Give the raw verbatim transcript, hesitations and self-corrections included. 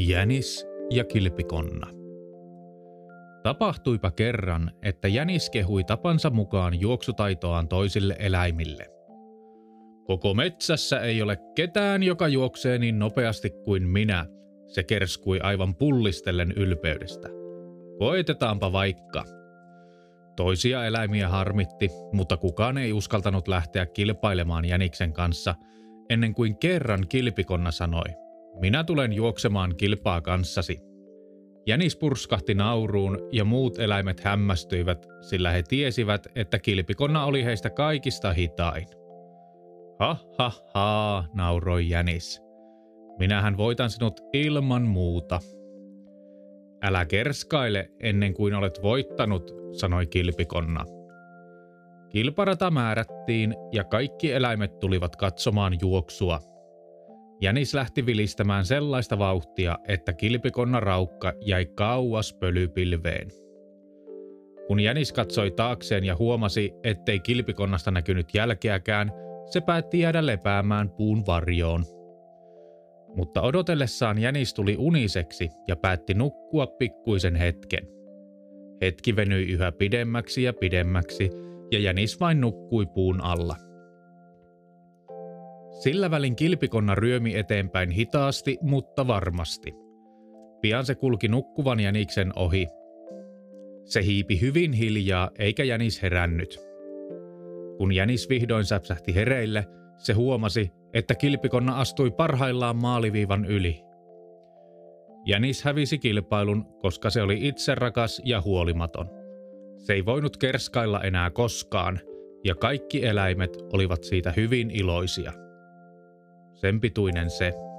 Jänis ja kilpikonna. Tapahtuipa kerran, että jänis kehui tapansa mukaan juoksutaitoaan toisille eläimille. Koko metsässä ei ole ketään, joka juoksee niin nopeasti kuin minä, se kerskui aivan pullistellen ylpeydestä. Koetetaanpa vaikka. Toisia eläimiä harmitti, mutta kukaan ei uskaltanut lähteä kilpailemaan jäniksen kanssa, ennen kuin kerran kilpikonna sanoi, minä tulen juoksemaan kilpaa kanssasi. Jänis purskahti nauruun ja muut eläimet hämmästyivät, sillä he tiesivät, että kilpikonna oli heistä kaikista hitain. Ha ha ha, nauroi jänis. Minähän voitan sinut ilman muuta. Älä kerskaile ennen kuin olet voittanut, sanoi kilpikonna. Kilparata määrättiin ja kaikki eläimet tulivat katsomaan juoksua. Jänis lähti vilistämään sellaista vauhtia, että kilpikonna raukka jäi kauas pölypilveen. Kun jänis katsoi taakseen ja huomasi, ettei kilpikonnasta näkynyt jälkeäkään, se päätti jäädä lepäämään puun varjoon. Mutta odotellessaan jänis tuli uniseksi ja päätti nukkua pikkuisen hetken. Hetki venyi yhä pidemmäksi ja pidemmäksi, ja jänis vain nukkui puun alla. Sillä välin kilpikonna ryömi eteenpäin hitaasti, mutta varmasti. Pian se kulki nukkuvan jäniksen ohi. Se hiipi hyvin hiljaa, eikä jänis herännyt. Kun jänis vihdoin säpsähti hereille, se huomasi, että kilpikonna astui parhaillaan maaliviivan yli. Jänis hävisi kilpailun, koska se oli itserakas ja huolimaton. Se ei voinut kerskailla enää koskaan, ja kaikki eläimet olivat siitä hyvin iloisia. Sen pituinen se.